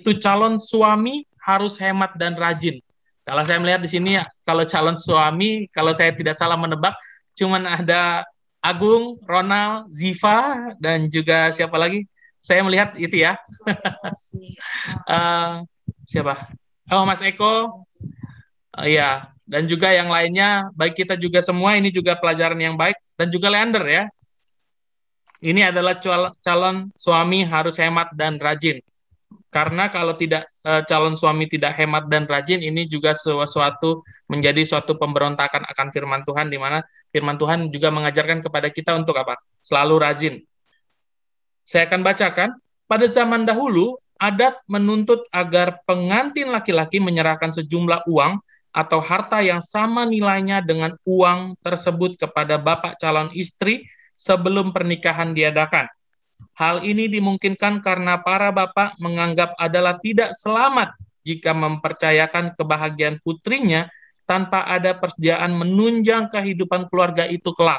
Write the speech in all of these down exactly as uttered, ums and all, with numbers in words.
yaitu calon suami harus hemat dan rajin. Kalau saya melihat di sini, kalau calon suami, kalau saya tidak salah menebak, cuman ada Agung, Ronald, Ziva, dan juga siapa lagi? Saya melihat itu ya. uh, siapa? Oh, Mas Eko. Uh, ya, dan juga yang lainnya, baik kita juga semua, ini juga pelajaran yang baik, dan juga Leander ya. Ini adalah calon suami harus hemat dan rajin. Karena kalau tidak eh, calon suami tidak hemat dan rajin, ini juga sesuatu menjadi suatu pemberontakan akan firman Tuhan, di mana firman Tuhan juga mengajarkan kepada kita untuk apa? Selalu rajin. Saya akan bacakan. Pada zaman dahulu, adat menuntut agar pengantin laki-laki menyerahkan sejumlah uang atau harta yang sama nilainya dengan uang tersebut kepada bapak calon istri sebelum pernikahan diadakan. Hal ini dimungkinkan karena para bapak menganggap adalah tidak selamat jika mempercayakan kebahagiaan putrinya tanpa ada persediaan menunjang kehidupan keluarga itu kelak.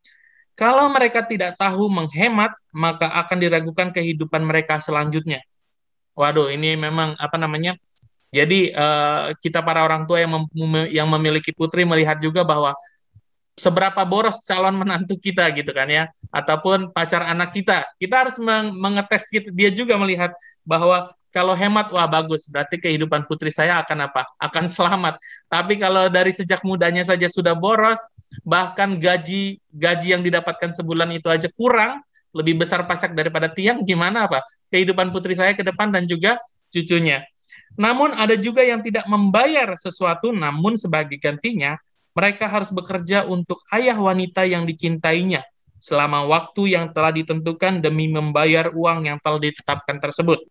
Kalau mereka tidak tahu menghemat, maka akan diragukan kehidupan mereka selanjutnya. Waduh, ini memang apa namanya? Jadi uh, kita para orang tua yang, mem yang memiliki putri melihat juga bahwa seberapa boros calon menantu kita gitu kan ya, ataupun pacar anak kita. Kita harus meng mengetes gitu. Dia juga melihat bahwa kalau hemat, wah bagus, berarti kehidupan putri saya akan apa? Akan selamat. Tapi kalau dari sejak mudanya saja sudah boros, bahkan gaji gaji yang didapatkan sebulan itu aja kurang, lebih besar pasak daripada tiang, gimana apa? Kehidupan putri saya ke depan dan juga cucunya. Namun ada juga yang tidak membayar sesuatu, namun sebagai gantinya, mereka harus bekerja untuk ayah wanita yang dicintainya selama waktu yang telah ditentukan demi membayar uang yang telah ditetapkan tersebut.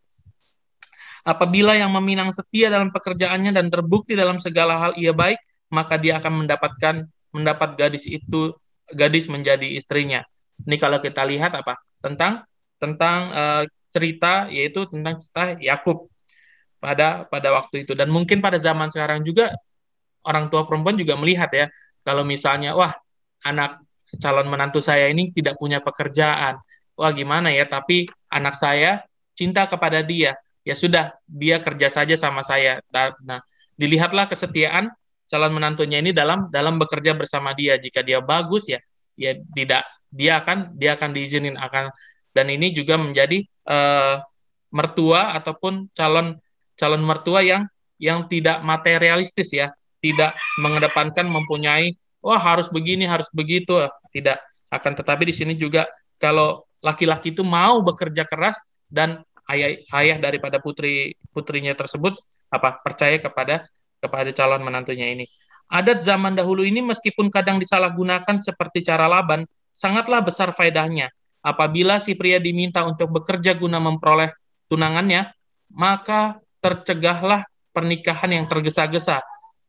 Apabila yang meminang setia dalam pekerjaannya dan terbukti dalam segala hal ia baik, maka dia akan mendapatkan mendapat gadis itu gadis menjadi istrinya. Ini kalau kita lihat apa? Tentang tentang uh, cerita, yaitu tentang cerita Yakub pada pada waktu itu. Dan mungkin pada zaman sekarang juga orang tua perempuan juga melihat ya, kalau misalnya wah anak calon menantu saya ini tidak punya pekerjaan, wah gimana ya, tapi anak saya cinta kepada dia, ya sudah dia kerja saja sama saya. Nah, dilihatlah kesetiaan calon menantunya ini dalam dalam bekerja bersama dia. Jika dia bagus ya, ya tidak dia akan dia akan diizinin akan. Dan ini juga menjadi uh, mertua ataupun calon calon mertua yang yang tidak materialistis ya, tidak mengedepankan mempunyai wah harus begini harus begitu, tidak. Akan tetapi di sini juga kalau laki-laki itu mau bekerja keras dan ayah ayah daripada putri putrinya tersebut apa percaya kepada kepada calon menantunya ini. Adat zaman dahulu ini meskipun kadang disalahgunakan seperti cara Laban, sangatlah besar faedahnya. Apabila si pria diminta untuk bekerja guna memperoleh tunangannya, maka tercegahlah pernikahan yang tergesa-gesa.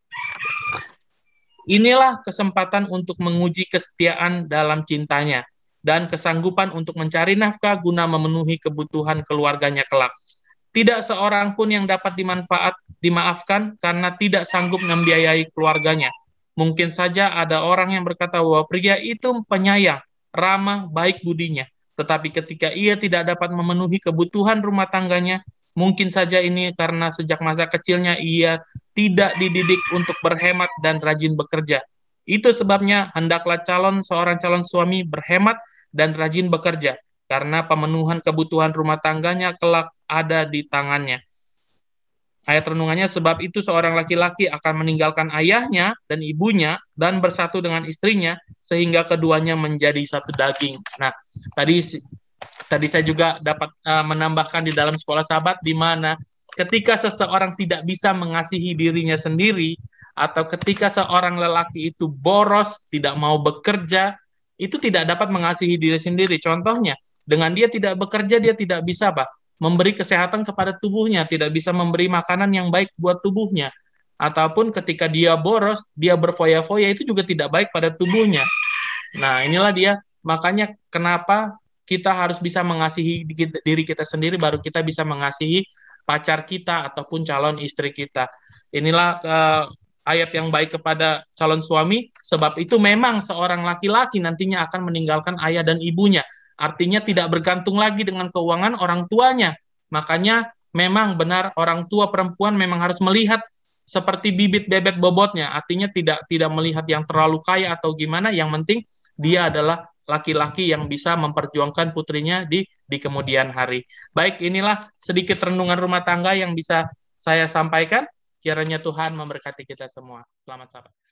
Inilah kesempatan untuk menguji kesetiaan dalam cintanya dan kesanggupan untuk mencari nafkah guna memenuhi kebutuhan keluarganya kelak. Tidak seorang pun yang dapat dimanfaat, dimaafkan karena tidak sanggup membiayai keluarganya. Mungkin saja ada orang yang berkata bahwa pria itu penyayang, ramah, baik budinya. Tetapi ketika ia tidak dapat memenuhi kebutuhan rumah tangganya, mungkin saja ini karena sejak masa kecilnya ia tidak dididik untuk berhemat dan rajin bekerja. Itu sebabnya hendaklah calon seorang calon suami berhemat dan rajin bekerja, karena pemenuhan kebutuhan rumah tangganya kelak ada di tangannya. Ayat renungannya, sebab itu seorang laki-laki akan meninggalkan ayahnya dan ibunya dan bersatu dengan istrinya sehingga keduanya menjadi satu daging. Nah, tadi tadi saya juga dapat uh, menambahkan di dalam sekolah sahabat, di mana ketika seseorang tidak bisa mengasihi dirinya sendiri, atau ketika seorang lelaki itu boros, tidak mau bekerja, itu tidak dapat mengasihi diri sendiri. Contohnya, dengan dia tidak bekerja, dia tidak bisa apa? Memberi kesehatan kepada tubuhnya, tidak bisa memberi makanan yang baik buat tubuhnya. Ataupun ketika dia boros, dia berfoya-foya, itu juga tidak baik pada tubuhnya. Nah, inilah dia. Makanya kenapa kita harus bisa mengasihi diri kita sendiri, baru kita bisa mengasihi pacar kita ataupun calon istri kita. Inilah uh, ayat yang baik kepada calon suami, sebab itu memang seorang laki-laki nantinya akan meninggalkan ayah dan ibunya. Artinya tidak bergantung lagi dengan keuangan orang tuanya. Makanya memang benar orang tua perempuan memang harus melihat seperti bibit bebet bobotnya, artinya tidak tidak melihat yang terlalu kaya atau gimana, yang penting dia adalah laki-laki yang bisa memperjuangkan putrinya di di kemudian hari. Baik, inilah sedikit renungan rumah tangga yang bisa saya sampaikan. Kiranya Tuhan memberkati kita semua. Selamat sabat.